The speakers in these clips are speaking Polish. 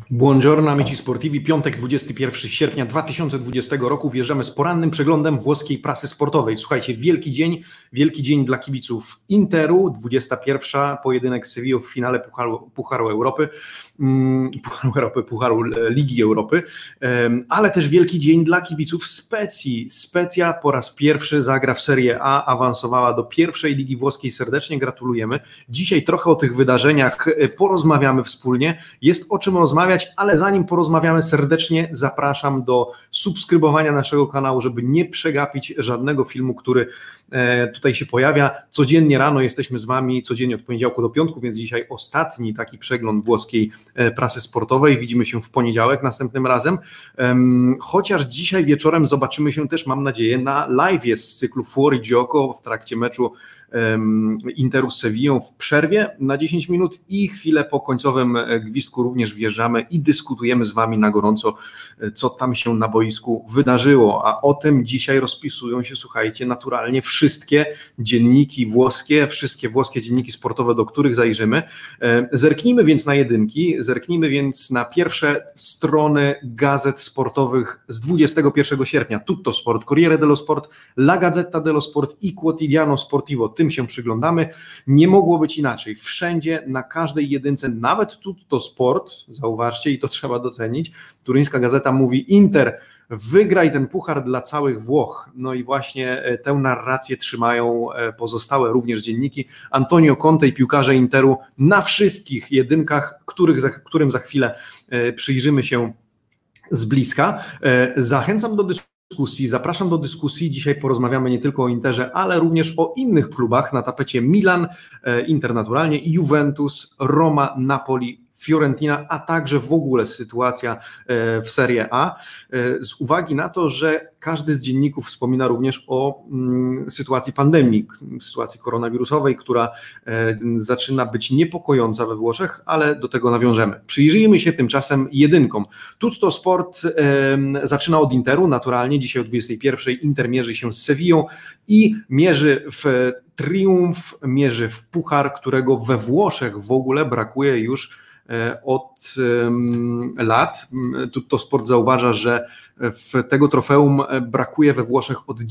Buongiorno amici sportivi, piątek 21 sierpnia 2020 roku wjeżdżamy z porannym przeglądem włoskiej prasy sportowej. Słuchajcie, wielki dzień dla kibiców Interu, 21. pojedynek z Sevillą w finale Pucharu Europy, Pucharu Ligi Europy, ale też wielki dzień dla kibiców Specji. Specja po raz pierwszy zagra w Serie A, awansowała do pierwszej ligi włoskiej, serdecznie gratulujemy. Dzisiaj trochę o tych wydarzeniach porozmawiamy wspólnie, jest o czym rozmawiać, ale zanim porozmawiamy, serdecznie zapraszam do subskrybowania naszego kanału, żeby nie przegapić żadnego filmu, który tutaj się pojawia. Codziennie rano jesteśmy z Wami, codziennie od poniedziałku do piątku, więc dzisiaj ostatni taki przegląd włoskiej prasy sportowej. Widzimy się w poniedziałek następnym razem, chociaż dzisiaj wieczorem zobaczymy się też, mam nadzieję, na live'ie z cyklu Fuori Gioco w trakcie meczu Interu z Sevillą w przerwie na 10 minut i chwilę po końcowym gwizdku również wjeżdżamy i dyskutujemy z Wami na gorąco, co tam się na boisku wydarzyło, a o tym dzisiaj rozpisują się, słuchajcie, naturalnie wszystkie dzienniki włoskie, wszystkie włoskie dzienniki sportowe, do których zajrzymy. Zerknijmy więc na jedynki, zerknijmy więc na pierwsze strony gazet sportowych z 21 sierpnia. Tutto Sport, Corriere dello Sport, La Gazzetta dello Sport i Quotidiano Sportivo. Tym się przyglądamy. Nie mogło być inaczej. Wszędzie, na każdej jedynce, nawet Tutto Sport, zauważcie, i to trzeba docenić, turyńska gazeta mówi: Inter, wygraj ten puchar dla całych Włoch. No i właśnie tę narrację trzymają pozostałe również dzienniki. Antonio Conte i piłkarze Interu na wszystkich jedynkach, którym za chwilę przyjrzymy się z bliska. Zachęcam do dyskusji. Zapraszam do dyskusji. Dzisiaj porozmawiamy nie tylko o Interze, ale również o innych klubach. Na tapecie Milan, Inter naturalnie, Juventus, Roma, Napoli, Fiorentina, a także w ogóle sytuacja w Serie A, z uwagi na to, że każdy z dzienników wspomina również o sytuacji pandemii, sytuacji koronawirusowej, która zaczyna być niepokojąca we Włoszech, ale do tego nawiążemy. Przyjrzyjmy się tymczasem jedynkom. Tutto Sport zaczyna od Interu, naturalnie, dzisiaj o 21:00 Inter mierzy się z Sevillą i mierzy w triumf, mierzy w puchar, którego we Włoszech w ogóle brakuje już od lat. Tutto Sport zauważa, że tego trofeum brakuje we Włoszech od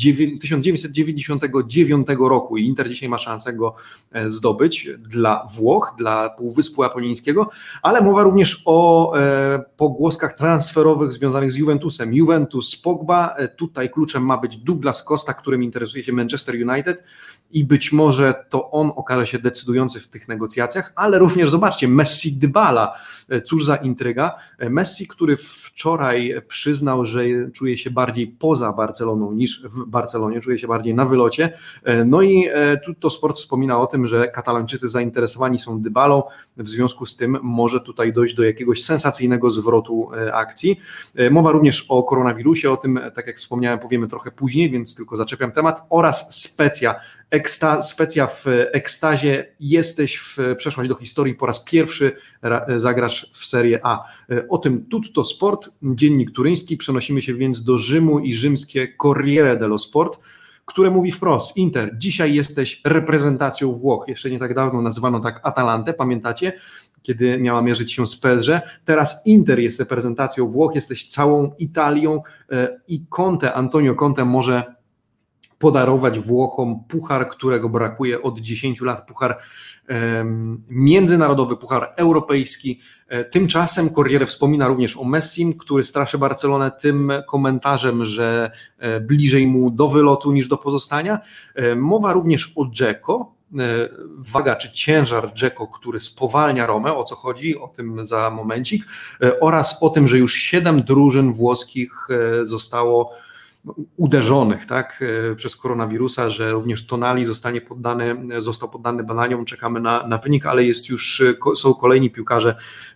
1999 roku i Inter dzisiaj ma szansę go zdobyć dla Włoch, dla Półwyspu Apenińskiego, ale mowa również o pogłoskach transferowych związanych z Juventusem. Juventus, Pogba, tutaj kluczem ma być Douglas Costa, którym interesuje się Manchester United i być może to on okaże się decydujący w tych negocjacjach, ale również zobaczcie, Messi, Dybala, cóż za intryga. Messi, który wczoraj przyznał, że czuje się bardziej poza Barceloną niż w Barcelonie, czuje się bardziej na wylocie. No i Tutto Sport wspomina o tym, że Katalończycy zainteresowani są Dybalą, w związku z tym może tutaj dojść do jakiegoś sensacyjnego zwrotu akcji. Mowa również o koronawirusie, o tym, tak jak wspomniałem, powiemy trochę później, więc tylko zaczepiam temat, oraz Specja. Specja w ekstazie, przeszłaś do historii, po raz pierwszy zagrasz w Serie A. O tym Tutto Sport, dziennik turyński. Przenosimy się więc do Rzymu i rzymskie Corriere dello Sport, które mówi wprost: Inter, dzisiaj jesteś reprezentacją Włoch. Jeszcze nie tak dawno nazywano tak Atalantę, pamiętacie? Kiedy miała mierzyć się z PSG. Teraz Inter jest reprezentacją Włoch, jesteś całą Italią i Antonio Conte może podarować Włochom puchar, którego brakuje od 10 lat, puchar międzynarodowy, puchar europejski. Tymczasem Corriere wspomina również o Messim, który straszy Barcelonę tym komentarzem, że bliżej mu do wylotu niż do pozostania. Mowa również o Dzeko, waga czy ciężar Dzeko, który spowalnia Romę, o co chodzi, o tym za momencik, oraz o tym, że już 7 drużyn włoskich zostało uderzonych, tak, przez koronawirusa, że również Tonali został poddany badaniom, czekamy na wynik, ale są kolejni piłkarze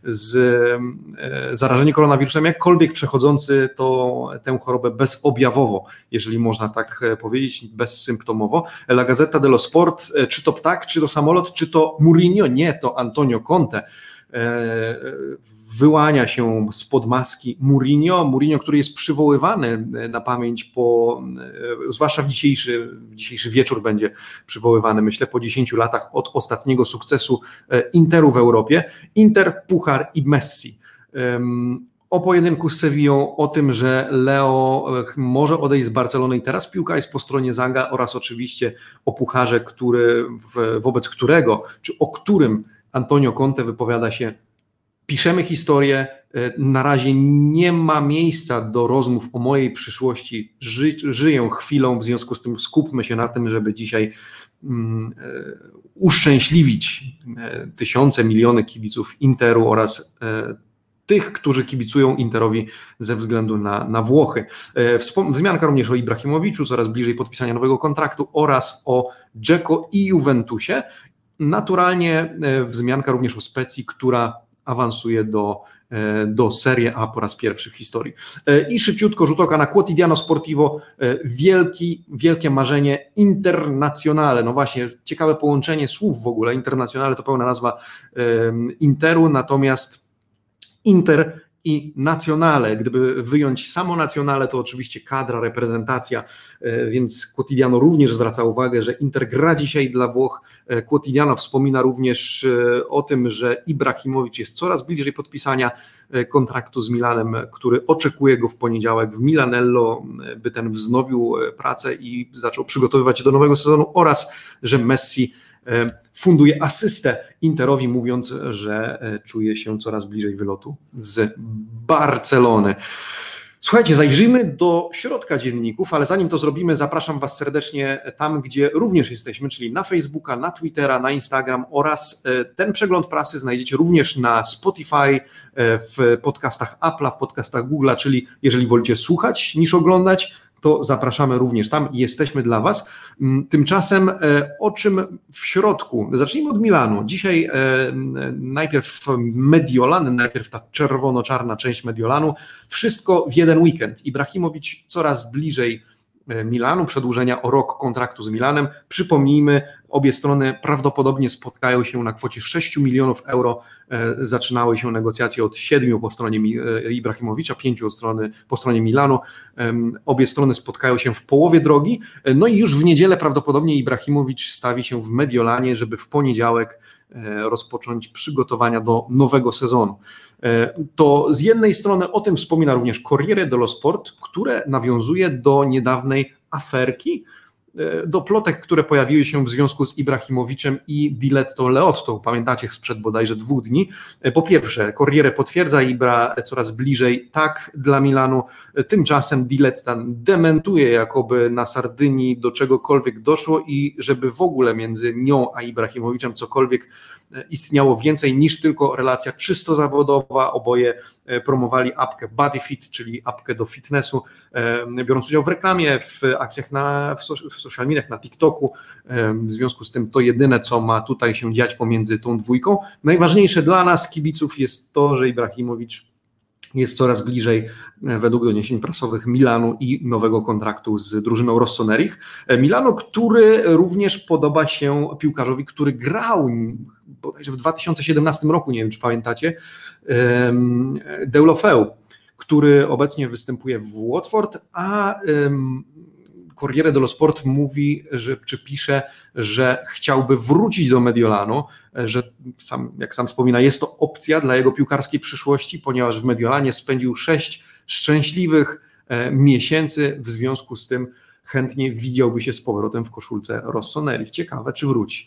zarażeni koronawirusem, jakkolwiek przechodzący tę chorobę bezobjawowo, jeżeli można tak powiedzieć, bezsymptomowo. La Gazzetta dello Sport, czy to ptak, czy to samolot, czy to Mourinho? Nie, to Antonio Conte. Wyłania się spod maski Mourinho, który jest przywoływany na pamięć zwłaszcza w dzisiejszy wieczór będzie przywoływany, myślę, po 10 latach od ostatniego sukcesu Interu w Europie. Inter, puchar i Messi. O pojedynku z Sevillą, o tym, że Leo może odejść z Barcelony i teraz piłka jest po stronie Zanga oraz oczywiście o pucharze, wobec którego, czy o którym Antonio Conte wypowiada się: piszemy historię, na razie nie ma miejsca do rozmów o mojej przyszłości, żyję chwilą, w związku z tym skupmy się na tym, żeby dzisiaj uszczęśliwić tysiące, miliony kibiców Interu oraz tych, którzy kibicują Interowi ze względu na Włochy. Wzmianka również o Ibrahimowiczu, coraz bliżej podpisania nowego kontraktu, oraz o Dzeko i Juventusie. Naturalnie wzmianka również o Specji, która awansuje do Serie A po raz pierwszy w historii. I szybciutko rzut oka na Quotidiano Sportivo, wielkie marzenie Internazionale. No właśnie, ciekawe połączenie słów w ogóle. Internazionale to pełna nazwa Interu, natomiast Inter i Nazionale. Gdyby wyjąć samo Nazionale, to oczywiście kadra, reprezentacja, więc Quotidiano również zwraca uwagę, że Inter gra dzisiaj dla Włoch. Quotidiano wspomina również o tym, że Ibrahimowicz jest coraz bliżej podpisania kontraktu z Milanem, który oczekuje go w poniedziałek w Milanello, by ten wznowił pracę i zaczął przygotowywać się do nowego sezonu, oraz że Messi funduje asystę Interowi, mówiąc, że czuje się coraz bliżej wylotu z Barcelony. Słuchajcie, zajrzyjmy do środka dzienników, ale zanim to zrobimy, zapraszam Was serdecznie tam, gdzie również jesteśmy, czyli na Facebooka, na Twittera, na Instagram, oraz ten przegląd prasy znajdziecie również na Spotify, w podcastach Apple'a, w podcastach Google'a, czyli jeżeli wolicie słuchać niż oglądać, to zapraszamy również tam i jesteśmy dla Was. Tymczasem o czym w środku? Zacznijmy od Milanu. Dzisiaj najpierw Mediolan, najpierw ta czerwono-czarna część Mediolanu. Wszystko w jeden weekend. Ibrahimowicz coraz bliżej Milanu, przedłużenia o rok kontraktu z Milanem. Przypomnijmy, obie strony prawdopodobnie spotkają się na kwocie 6 milionów euro. Zaczynały się negocjacje od 7 po stronie Ibrahimowicza, 5 po stronie Milanu. Obie strony spotkają się w połowie drogi. No i już w niedzielę prawdopodobnie Ibrahimowicz stawi się w Mediolanie, żeby w poniedziałek rozpocząć przygotowania do nowego sezonu. To z jednej strony o tym wspomina również Corriere dello Sport, które nawiązuje do niedawnej aferki, do plotek, które pojawiły się w związku z Ibrahimowiczem i Dilettą Leottą. Pamiętacie, sprzed bodajże 2 dni. Po pierwsze, Corriere potwierdza, Ibra coraz bliżej, tak, dla Milanu. Tymczasem Diletta dementuje, jakoby na Sardynii do czegokolwiek doszło i żeby w ogóle między nią a Ibrahimowiczem cokolwiek istniało więcej niż tylko relacja czysto zawodowa. Oboje promowali apkę BodyFit, czyli apkę do fitnessu, biorąc udział w reklamie, w akcjach w social mediach, na TikToku. W związku z tym to jedyne, co ma tutaj się dziać pomiędzy tą dwójką. Najważniejsze dla nas, kibiców, jest to, że Ibrahimowicz jest coraz bliżej, według doniesień prasowych, Milanu i nowego kontraktu z drużyną Rossoneri. Milano, który również podoba się piłkarzowi, który grał bodajże w 2017 roku, nie wiem czy pamiętacie, Deulofeu, który obecnie występuje w Watford, a Corriere dello Sport mówi, czy pisze, że chciałby wrócić do Mediolanu, że jak sam wspomina, jest to opcja dla jego piłkarskiej przyszłości, ponieważ w Mediolanie spędził 6 szczęśliwych miesięcy, w związku z tym chętnie widziałby się z powrotem w koszulce Rossoneri. Ciekawe, czy wróci.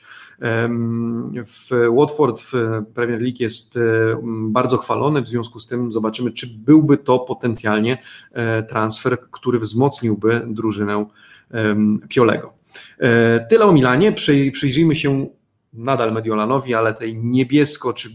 W Watford w Premier League jest bardzo chwalony, w związku z tym zobaczymy, czy byłby to potencjalnie transfer, który wzmocniłby drużynę Piolego. Tyle o Milanie. Przyjrzyjmy się nadal Mediolanowi, ale tej niebiesko czy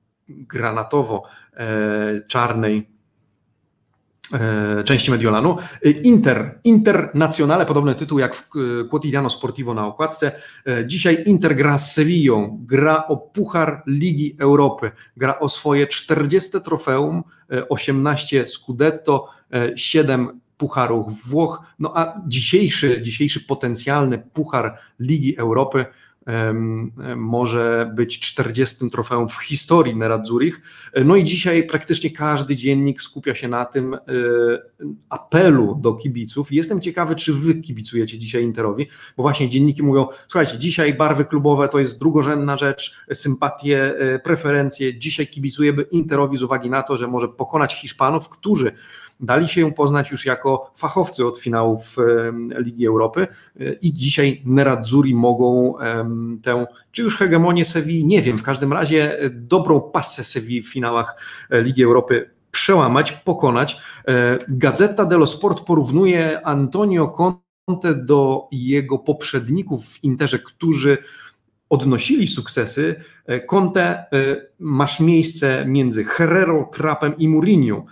granatowo-czarnej części Mediolanu. Internazionale, podobny tytuł jak w Quotidiano Sportivo na okładce. Dzisiaj Inter gra z Sevillą, gra o Puchar Ligi Europy, gra o swoje 40. trofeum, 18 Scudetto, 7 Pucharów Włoch, no a dzisiejszy potencjalny Puchar Ligi Europy może być 40. trofeum w historii Nerazzurich. No i dzisiaj praktycznie każdy dziennik skupia się na tym apelu do kibiców. Jestem ciekawy, czy wy kibicujecie dzisiaj Interowi, bo właśnie dzienniki mówią, słuchajcie, dzisiaj barwy klubowe to jest drugorzędna rzecz, sympatie, preferencje. Dzisiaj kibicujemy Interowi z uwagi na to, że może pokonać Hiszpanów, którzy dali się poznać już jako fachowcy od finałów Ligi Europy i dzisiaj Nerazzurri mogą tę, czy już hegemonię Sewilli, nie wiem, w każdym razie dobrą passę Sewilli w finałach Ligi Europy przełamać, pokonać. Gazzetta dello Sport porównuje Antonio Conte do jego poprzedników w Interze, którzy odnosili sukcesy. Conte masz miejsce między Herrero, Trappem i Mourinho.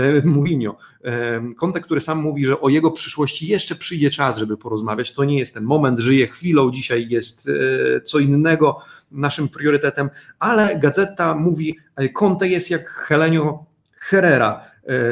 Conte, który sam mówi, że o jego przyszłości jeszcze przyjdzie czas, żeby porozmawiać. To nie jest ten moment, żyje chwilą, dzisiaj jest co innego naszym priorytetem, ale gazeta mówi, Conte jest jak Helenio Herrera,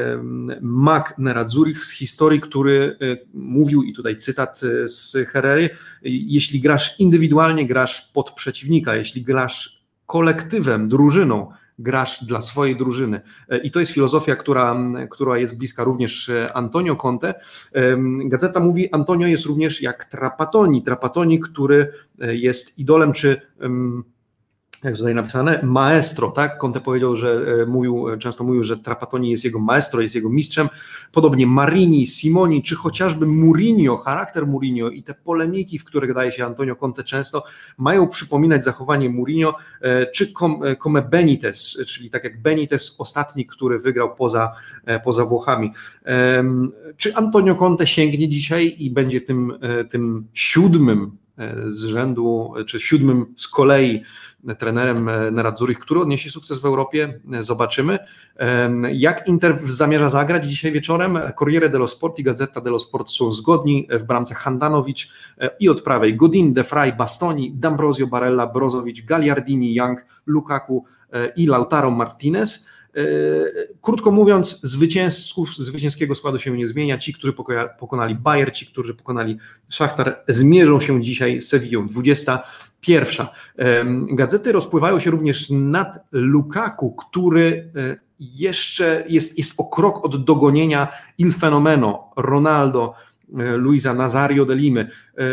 mag Nerazzurich z historii, który mówił, i tutaj cytat z Herrery, jeśli grasz indywidualnie, grasz pod przeciwnika, jeśli grasz kolektywem, drużyną, grasz dla swojej drużyny. I to jest filozofia, która jest bliska również Antonio Conte. Gazeta mówi, Antonio jest również jak Trapattoni, który jest idolem, czy jak tutaj napisane, maestro, tak? Conte powiedział, że często mówił, że Trapattoni jest jego maestro, jest jego mistrzem. Podobnie Marini, Simoni, czy chociażby Mourinho, charakter Mourinho i te polemiki, w których daje się Antonio Conte często, mają przypominać zachowanie Mourinho, czy come Benitez, czyli tak jak Benitez ostatni, który wygrał poza Włochami. Czy Antonio Conte sięgnie dzisiaj i będzie tym siódmym z rzędu, czy siódmym z kolei trenerem Nerazzurich, który odniesie sukces w Europie? Zobaczymy. Jak Inter zamierza zagrać dzisiaj wieczorem? Corriere dello Sport i Gazzetta dello Sport są zgodni. W bramce Handanovic i od prawej Godin, De Vrij, Bastoni, D'Ambrosio, Barella, Brozovic, Gagliardini, Young, Lukaku i Lautaro Martinez. Krótko mówiąc, zwycięskiego składu się nie zmienia. Ci, którzy pokonali Bayern, ci, którzy pokonali Szachtar, zmierzą się dzisiaj z Sewillą. 21. Gazety rozpływają się również nad Lukaku, który jeszcze jest o krok od dogonienia Il Fenomeno, Ronaldo, Luisa Nazario de Limy.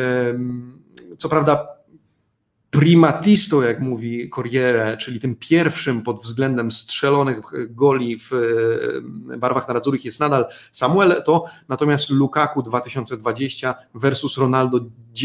Co prawda primatisto, jak mówi Corriere, czyli tym pierwszym pod względem strzelonych goli w barwach Nerazzurich jest nadal Samuel Eto'o, natomiast Lukaku 2020 versus Ronaldo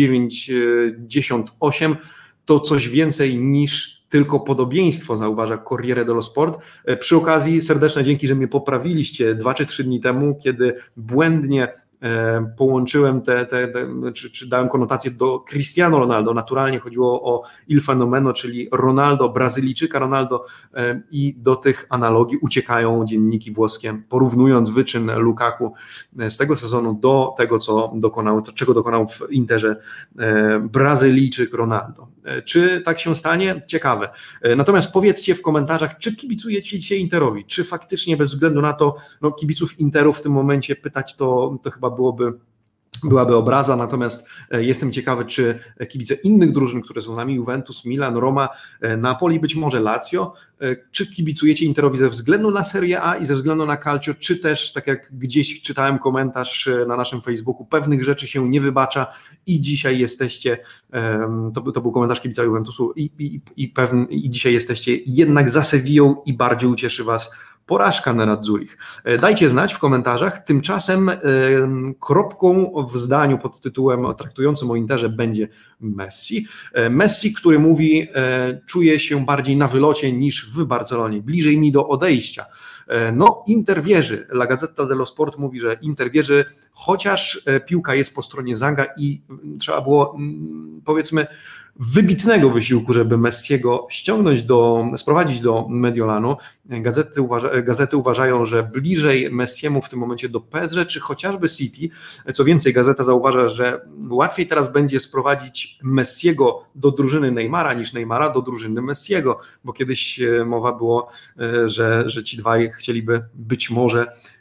98 to coś więcej niż tylko podobieństwo, zauważa Corriere dello Sport. Przy okazji serdeczne dzięki, że mnie poprawiliście 2 czy 3 dni temu, kiedy błędnie połączyłem czy dałem konotację do Cristiano Ronaldo. Naturalnie chodziło o Il Fenomeno, czyli Ronaldo, Brazylijczyka Ronaldo, i do tych analogii uciekają dzienniki włoskie, porównując wyczyn Lukaku z tego sezonu do tego, czego dokonał w Interze Brazylijczyk Ronaldo. Czy tak się stanie? Ciekawe. Natomiast powiedzcie w komentarzach, czy kibicujecie dzisiaj Interowi, czy faktycznie bez względu na to, kibiców Interu w tym momencie pytać, to chyba byłaby obraza, natomiast jestem ciekawy, czy kibice innych drużyn, które są z nami, Juventus, Milan, Roma, Napoli, być może Lazio, czy kibicujecie Interowi ze względu na Serie A i ze względu na Calcio, czy też, tak jak gdzieś czytałem komentarz na naszym Facebooku, pewnych rzeczy się nie wybacza i dzisiaj jesteście, to był komentarz kibica Juventusu, i dzisiaj jesteście jednak za Sewillą i bardziej ucieszy was porażka Nerazzurich. Dajcie znać w komentarzach. Tymczasem kropką w zdaniu pod tytułem traktującym o Interze będzie Messi. Messi, który mówi, czuje się bardziej na wylocie niż w Barcelonie, bliżej mi do odejścia. Inter wierzy. La Gazzetta dello Sport mówi, że Inter wierzy, chociaż piłka jest po stronie Zanga i trzeba było, powiedzmy, wybitnego wysiłku, żeby Messiego sprowadzić do Mediolanu. Gazety uważają, że bliżej Messiemu w tym momencie do PSG czy chociażby City. Co więcej, gazeta zauważa, że łatwiej teraz będzie sprowadzić Messiego do drużyny Neymara niż Neymara do drużyny Messiego, bo kiedyś mowa było, że ci dwaj chcieliby być może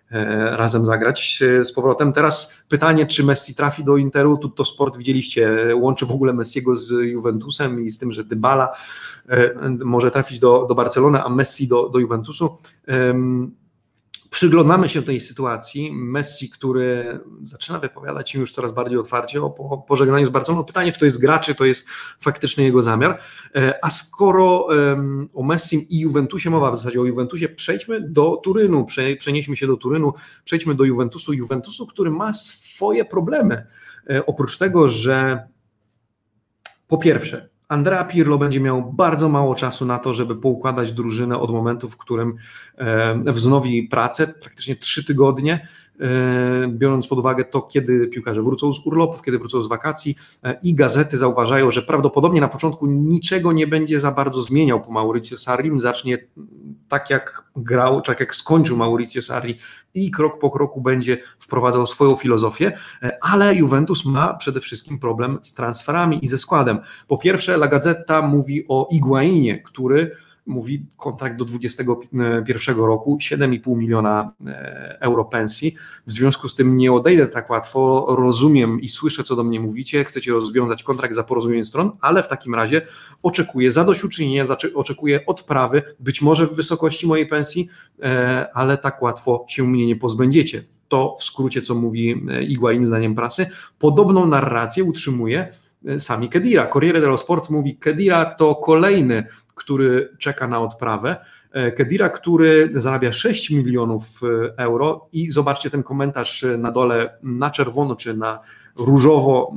razem zagrać z powrotem. Teraz pytanie, czy Messi trafi do Interu, to sport widzieliście, łączy w ogóle Messiego z Juventusem i z tym, że Dybala może trafić do Barcelony, a Messi do Juventusu. Przyglądamy się tej sytuacji. Messi, który zaczyna wypowiadać się już coraz bardziej otwarcie o pożegnaniu z Barceloną. Pytanie, czy to jest gra, czy to jest faktycznie jego zamiar. A skoro o Messim i Juventusie mowa, w zasadzie o Juventusie, przejdźmy do Turynu, przenieśmy się do Turynu, przejdźmy do Juventusu, który ma swoje problemy. Oprócz tego, że po pierwsze, Andrea Pirlo będzie miał bardzo mało czasu na to, żeby poukładać drużynę od momentu, w którym wznowi pracę, praktycznie 3 tygodnie, biorąc pod uwagę to, kiedy piłkarze wrócą z urlopów, kiedy wrócą z wakacji i gazety zauważają, że prawdopodobnie na początku niczego nie będzie za bardzo zmieniał po Mauricio Sarrim, zacznie tak jak grał, tak jak skończył Mauricio Sarri i krok po kroku będzie wprowadzał swoją filozofię, ale Juventus ma przede wszystkim problem z transferami i ze składem. Po pierwsze, La Gazzetta mówi o Higuainie, który mówi kontrakt do 2021 roku, 7,5 miliona euro pensji. W związku z tym nie odejdę tak łatwo, rozumiem i słyszę, co do mnie mówicie, chcecie rozwiązać kontrakt za porozumieniem stron, ale w takim razie oczekuję zadośćuczynienia, oczekuję odprawy, być może w wysokości mojej pensji, ale tak łatwo się mnie nie pozbędziecie. To w skrócie, co mówi Higuain zdaniem prasy. Podobną narrację utrzymuje Sami Khedira. Corriere dello Sport mówi, Khedira to kolejny, który czeka na odprawę. Khedira, który zarabia 6 milionów euro i zobaczcie ten komentarz na dole, na czerwono czy na różowo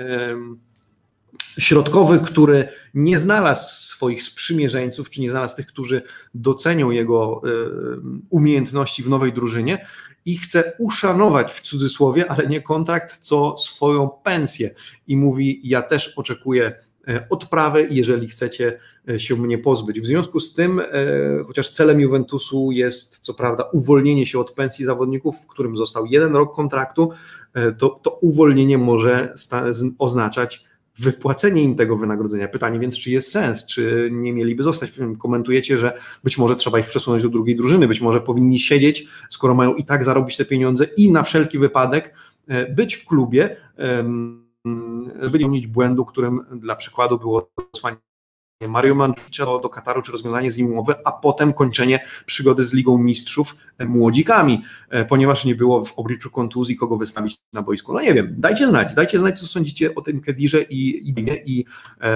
środkowy, który nie znalazł swoich sprzymierzeńców, czy nie znalazł tych, którzy docenią jego umiejętności w nowej drużynie i chce uszanować w cudzysłowie, ale nie kontrakt, co swoją pensję. I mówi, ja też oczekuję odprawy, jeżeli chcecie się mnie pozbyć. W związku z tym, chociaż celem Juventusu jest co prawda uwolnienie się od pensji zawodników, w którym został 1 rok kontraktu, to uwolnienie może oznaczać wypłacenie im tego wynagrodzenia. Pytanie więc, czy jest sens, czy nie mieliby zostać? Komentujecie, że być może trzeba ich przesunąć do drugiej drużyny, być może powinni siedzieć, skoro mają i tak zarobić te pieniądze i na wszelki wypadek być w klubie, żeby nie mieć błędu, którym dla przykładu było posłanie Mario Mandzukicia do Kataru, czy rozwiązanie z nim umowy, a potem kończenie przygody z Ligą Mistrzów młodzikami, ponieważ nie było w obliczu kontuzji kogo wystawić na boisku. No nie wiem, dajcie znać, co sądzicie o tym Khedirze i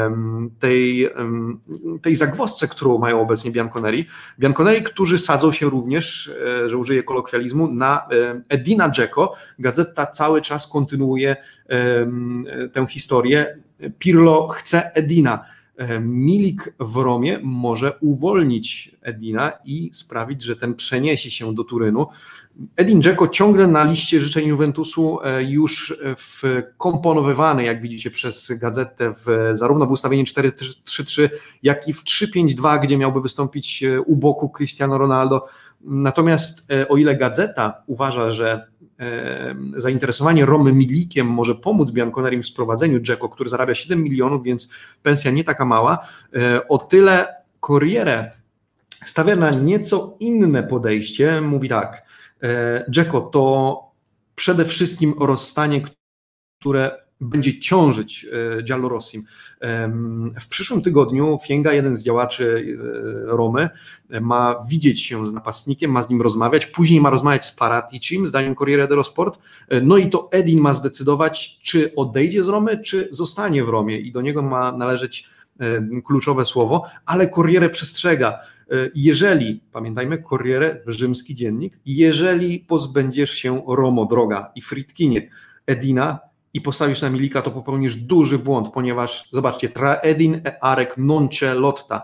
tej zagwozdce, którą mają obecnie Bianconeri. Bianconeri, którzy sadzą się również, że użyję kolokwializmu, na Edina Dzeko. Gazeta cały czas kontynuuje tę historię. Pirlo chce Edina. Milik w Romie może uwolnić Edina i sprawić, że ten przeniesie się do Edin Dzeko ciągle na liście życzeń Juventusu, już wkomponowywany, jak widzicie, przez gazetę zarówno w ustawieniu 4-3-3, jak i w 3-5-2, gdzie miałby wystąpić u boku Cristiano Ronaldo. Natomiast o ile gazeta uważa, że zainteresowanie Romy Milikiem może pomóc Bianconerim w sprowadzeniu Dzeko, który zarabia 7 milionów, więc pensja nie taka mała, o tyle Corriere stawia na nieco inne podejście. Mówi tak, Dzeko to przede wszystkim rozstanie, które będzie ciążyć Giallorossim. W przyszłym tygodniu Fienga, jeden z działaczy Romy, ma widzieć się z napastnikiem, ma z nim rozmawiać, później ma rozmawiać z Paraticim, zdaniem Corriere dello Sport, no i to Edin ma zdecydować, czy odejdzie z Romy, czy zostanie w Romie i do niego ma należeć kluczowe słowo, ale Corriere przestrzega, jeżeli, pamiętajmy, Corriere, rzymski dziennik, jeżeli pozbędziesz się Romo, droga i Fritkinie, Edina i postawisz na Milika, to popełnisz duży błąd, ponieważ, zobaczcie, tra Edin e Arek non c'è lotta,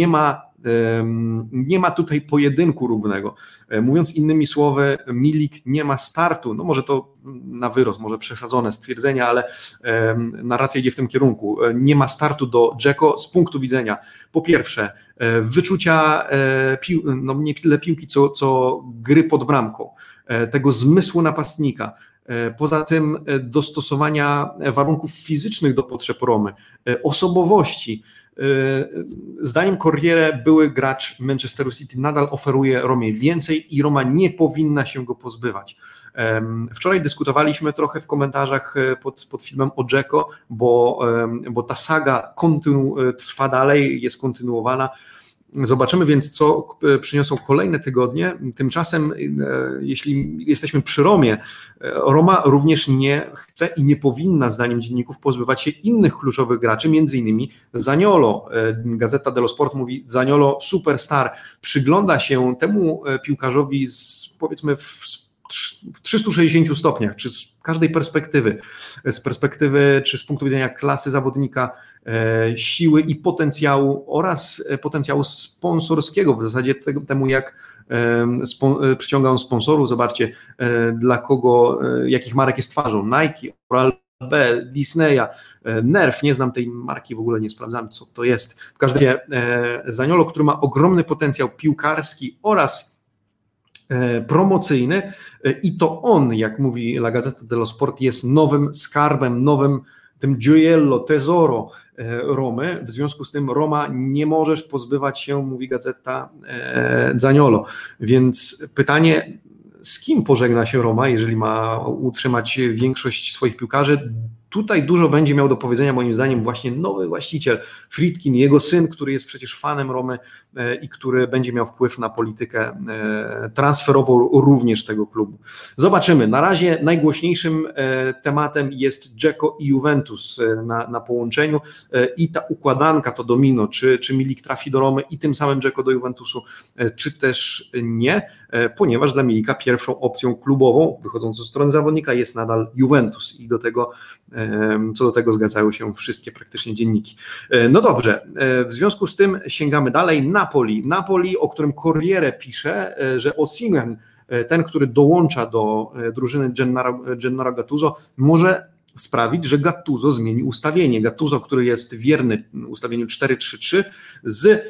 nie ma tutaj pojedynku równego. Mówiąc innymi słowy, Milik nie ma startu, no może to na wyrost, może przesadzone stwierdzenia, ale narracja idzie w tym kierunku. Nie ma startu do Dzeko z punktu widzenia, po pierwsze, wyczucia no nie tyle piłki, co gry pod bramką, tego zmysłu napastnika, Poza tym dostosowania warunków fizycznych do potrzeb Romy, osobowości. Zdaniem Corriere były gracz Manchesteru City nadal oferuje Romie więcej i Roma nie powinna się go pozbywać. Wczoraj dyskutowaliśmy trochę w komentarzach pod filmem o Dzeko, bo ta saga trwa dalej, jest kontynuowana. Zobaczymy więc, co przyniosą kolejne tygodnie. Tymczasem, jeśli jesteśmy przy Romie, Roma również nie chce i nie powinna, zdaniem dzienników, pozbywać się innych kluczowych graczy, między innymi Zaniolo. Gazeta dello Sport mówi, Zaniolo superstar, przygląda się temu piłkarzowi powiedzmy w 360 stopniach, czy z każdej perspektywy, czy z punktu widzenia klasy zawodnika, siły i potencjału oraz potencjału sponsorskiego, w zasadzie temu jak przyciąga on sponsorów. Zobaczcie, dla kogo, jakich marek jest twarzą, Nike, Oral-B, Disneya, Nerf, nie znam tej marki, w ogóle nie sprawdzam, co to jest. W każdym razie Zaniolo, który ma ogromny potencjał piłkarski oraz promocyjny i to on, jak mówi La Gazzetta dello Sport, jest nowym skarbem, nowym tym gioiello, tesoro Romy. W związku z tym Roma nie możesz pozbywać się, mówi Gazeta, Zaniolo. Więc pytanie, z kim pożegna się Roma, jeżeli ma utrzymać większość swoich piłkarzy? Tutaj dużo będzie miał do powiedzenia, moim zdaniem, właśnie nowy właściciel Friedkin, jego syn, który jest przecież fanem Romy i który będzie miał wpływ na politykę transferową również tego klubu. Zobaczymy. Na razie najgłośniejszym tematem jest Dzeko i Juventus na połączeniu i ta układanka, to domino, czy Milik trafi do Romy i tym samym Dzeko do Juventusu, czy też nie, ponieważ dla Milika pierwszą opcją klubową, wychodzącą ze strony zawodnika, jest nadal Juventus i co do tego zgadzają się wszystkie praktycznie dzienniki. No dobrze, w związku z tym sięgamy dalej. Napoli, o którym Corriere pisze, że Osimhen, ten, który dołącza do drużyny Gennaro Gattuso, może sprawić, że Gattuso zmieni ustawienie. Gattuso, który jest wierny ustawieniu 4-3-3 z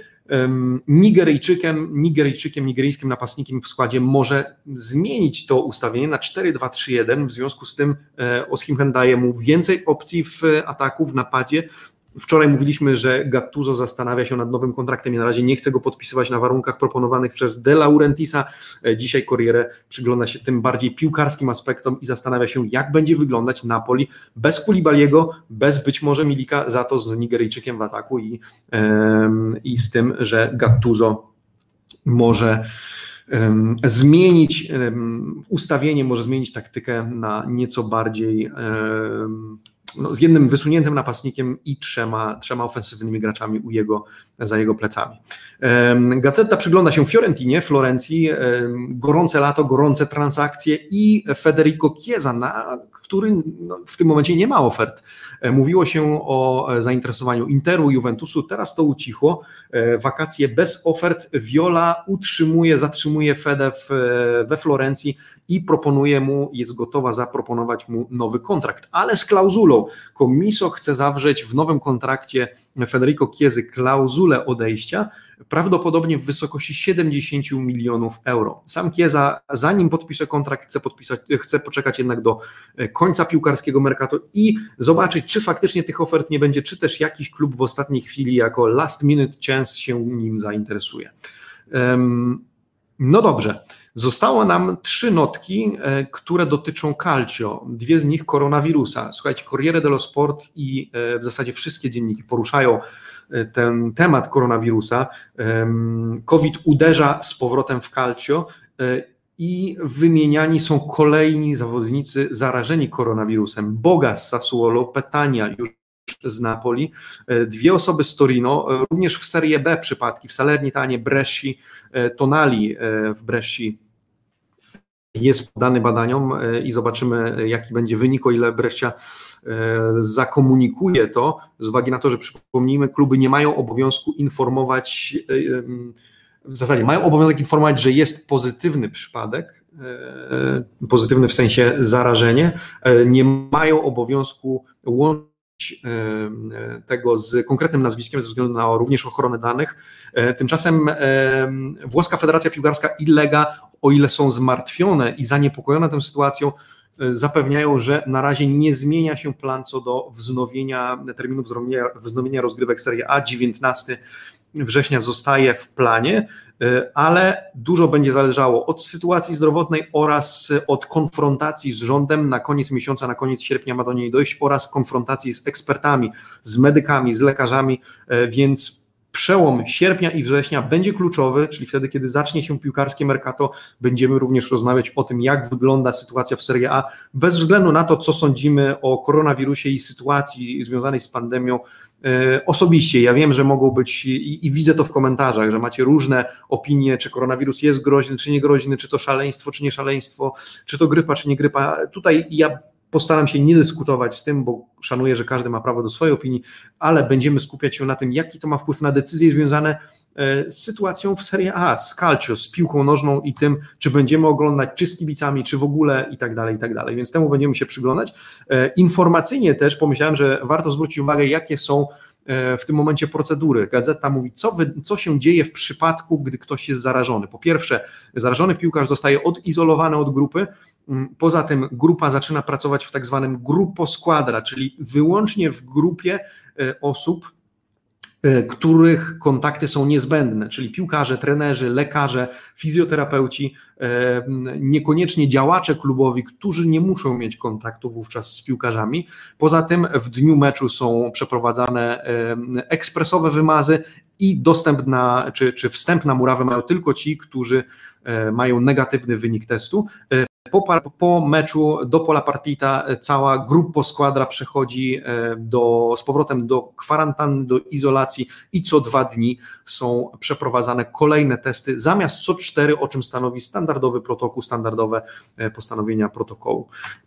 nigeryjskim napastnikiem w składzie, może zmienić to ustawienie na 4-2-3-1, w związku z tym Osimhen daje mu więcej opcji w ataku, w napadzie. Wczoraj mówiliśmy, że Gattuso zastanawia się nad nowym kontraktem i na razie nie chce go podpisywać na warunkach proponowanych przez De Laurentisa. Dzisiaj Corriere przygląda się tym bardziej piłkarskim aspektom i zastanawia się, jak będzie wyglądać Napoli bez Koulibaly'ego, bez być może Milika, za to z Nigeryjczykiem w ataku i z tym, że Gattuso może zmienić ustawienie, może zmienić taktykę na nieco bardziej z jednym wysuniętym napastnikiem i trzema ofensywnymi graczami za jego plecami. Gazeta przygląda się Florencji, gorące lato, gorące transakcje i Federico Chiesa, który w tym momencie nie ma ofert. Mówiło się o zainteresowaniu Interu, Juventusu, teraz to ucichło. Wakacje bez ofert. Viola zatrzymuje Fedę we Florencji i jest gotowa zaproponować mu nowy kontrakt, ale z klauzulą. Commisso chce zawrzeć w nowym kontrakcie Federico Chiesy klauzulę odejścia, prawdopodobnie w wysokości 70 milionów euro. Sam Chiesa, zanim podpisze kontrakt, chce poczekać jednak do końca piłkarskiego mercato i zobaczyć, czy faktycznie tych ofert nie będzie, czy też jakiś klub w ostatniej chwili jako last minute chance się nim zainteresuje. No dobrze, zostało nam 3 notki, które dotyczą Calcio, 2 z nich koronawirusa. Słuchajcie, Corriere dello Sport i w zasadzie wszystkie dzienniki poruszają ten temat koronawirusa. COVID uderza z powrotem w Calcio i wymieniani są kolejni zawodnicy zarażeni koronawirusem. Boga z Sassuolo, Petagna już z Napoli, 2 osoby z Torino, również w Serie B przypadki, w Salernitanie, Bresci, Tonali w Bresci jest poddany badaniom i zobaczymy, jaki będzie wynik, o ile Brescia zakomunikuje to, z uwagi na to, że przypomnijmy, kluby nie mają obowiązku informować, w zasadzie mają obowiązek informować, że jest pozytywny przypadek, pozytywny w sensie zarażenie, nie mają obowiązku łączyć tego z konkretnym nazwiskiem ze względu na również ochronę danych. Tymczasem włoska Federacja Piłkarska i Lega, o ile są zmartwione i zaniepokojone tą sytuacją, zapewniają, że na razie nie zmienia się plan co do terminów wznowienia rozgrywek Serie A. 19 września zostaje w planie, ale dużo będzie zależało od sytuacji zdrowotnej oraz od konfrontacji z rządem. Na koniec miesiąca, na koniec sierpnia ma do niej dojść, oraz konfrontacji z ekspertami, z medykami, z lekarzami, więc przełom sierpnia i września będzie kluczowy, czyli wtedy, kiedy zacznie się piłkarskie mercato, będziemy również rozmawiać o tym, jak wygląda sytuacja w Serie A, bez względu na to, co sądzimy o koronawirusie i sytuacji związanej z pandemią. Osobiście ja wiem, że mogą być i widzę to w komentarzach, że macie różne opinie, czy koronawirus jest groźny, czy nie groźny, czy to szaleństwo, czy nie szaleństwo, czy to grypa, czy nie grypa. Tutaj ja postaram się nie dyskutować z tym, bo szanuję, że każdy ma prawo do swojej opinii, ale będziemy skupiać się na tym, jaki to ma wpływ na decyzje związane z sytuacją w Serie A, z calcio, z piłką nożną i tym, czy będziemy oglądać, czy z kibicami, czy w ogóle i tak dalej, więc temu będziemy się przyglądać. Informacyjnie też pomyślałem, że warto zwrócić uwagę, jakie są w tym momencie procedury. Gazeta mówi, co się dzieje w przypadku, gdy ktoś jest zarażony. Po pierwsze, zarażony piłkarz zostaje odizolowany od grupy, poza tym grupa zaczyna pracować w tak zwanym grupo squadra, czyli wyłącznie w grupie osób, których kontakty są niezbędne, czyli piłkarze, trenerzy, lekarze, fizjoterapeuci, niekoniecznie działacze klubowi, którzy nie muszą mieć kontaktu wówczas z piłkarzami. Poza tym w dniu meczu są przeprowadzane ekspresowe wymazy i dostęp czy wstęp na murawę mają tylko ci, którzy mają negatywny wynik testu. Po meczu do pola partita cała grupa squadra przechodzi z powrotem do kwarantanny, do izolacji i co 2 dni są przeprowadzane kolejne testy zamiast co 4, o czym stanowi standardowy protokół, standardowe postanowienia protokołu.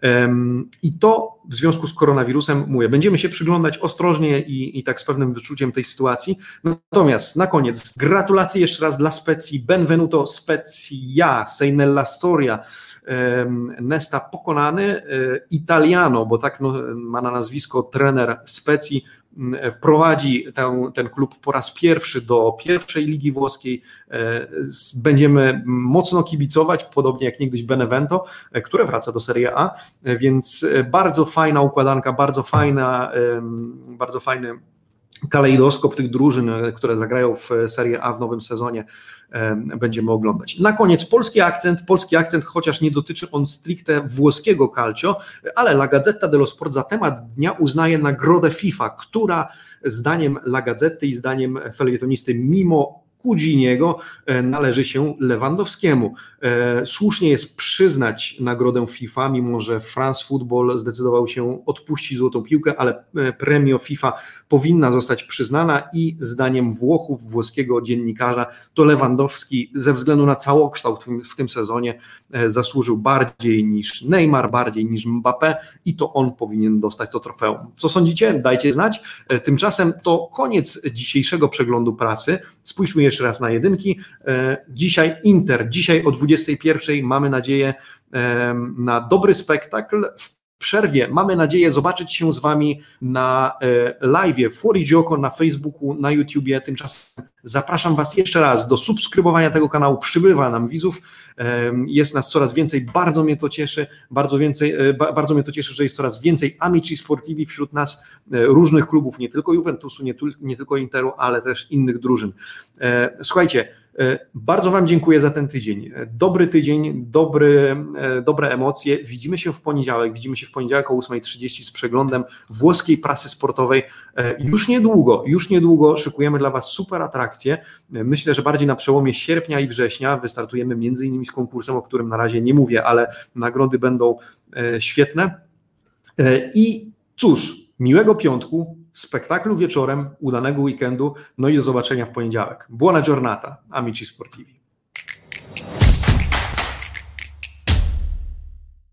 I to w związku z koronawirusem, mówię, będziemy się przyglądać ostrożnie i tak z pewnym wyczuciem tej sytuacji. Natomiast na koniec gratulacje jeszcze raz dla Specji, benvenuto Spezia, sei nella storia. Nesta pokonany, Italiano, bo tak ma na nazwisko trener Specji, prowadzi ten klub po raz pierwszy do pierwszej ligi włoskiej. Będziemy mocno kibicować, podobnie jak niegdyś Benevento, które wraca do Serie A, więc bardzo fajna układanka, bardzo fajny kalejdoskop tych drużyn, które zagrają w Serie A w nowym sezonie, będziemy oglądać. Na koniec polski akcent, chociaż nie dotyczy on stricte włoskiego calcio, ale La Gazzetta dello Sport za temat dnia uznaje nagrodę FIFA, która zdaniem La Gazzety i zdaniem felietonisty Mimo Cuginiego należy się Lewandowskiemu. Słusznie jest przyznać nagrodę FIFA, mimo że France Football zdecydował się odpuścić złotą piłkę, ale premio FIFA powinna zostać przyznana i zdaniem włoskiego dziennikarza to Lewandowski ze względu na całokształt w tym sezonie zasłużył bardziej niż Neymar, bardziej niż Mbappé i to on powinien dostać to trofeum. Co sądzicie? Dajcie znać. Tymczasem to koniec dzisiejszego przeglądu prasy. Spójrzmy jeszcze raz na jedynki. Dzisiaj Inter, dzisiaj o 21:00 mamy nadzieję na dobry spektakl. W przerwie mamy nadzieję zobaczyć się z Wami na live'ie Fuori Gioco na Facebooku, na YouTubie. Tymczasem zapraszam Was jeszcze raz do subskrybowania tego kanału. Przybywa nam widzów, jest nas coraz więcej, bardzo mnie to cieszy, bardzo mnie to cieszy, że jest coraz więcej Amici Sportivi wśród nas, różnych klubów, nie tylko Juventusu, nie tylko Interu, ale też innych drużyn. Słuchajcie, bardzo Wam dziękuję za ten tydzień. Dobry tydzień, dobre emocje. Widzimy się w poniedziałek o 8:30 z przeglądem włoskiej prasy sportowej. Już niedługo szykujemy dla Was super atrakcje. Myślę, że bardziej na przełomie sierpnia i września wystartujemy między innymi z konkursem, o którym na razie nie mówię, ale nagrody będą świetne. I cóż, miłego piątku, spektaklu wieczorem, udanego weekendu, no i do zobaczenia w poniedziałek. Buona giornata, Amici Sportivi.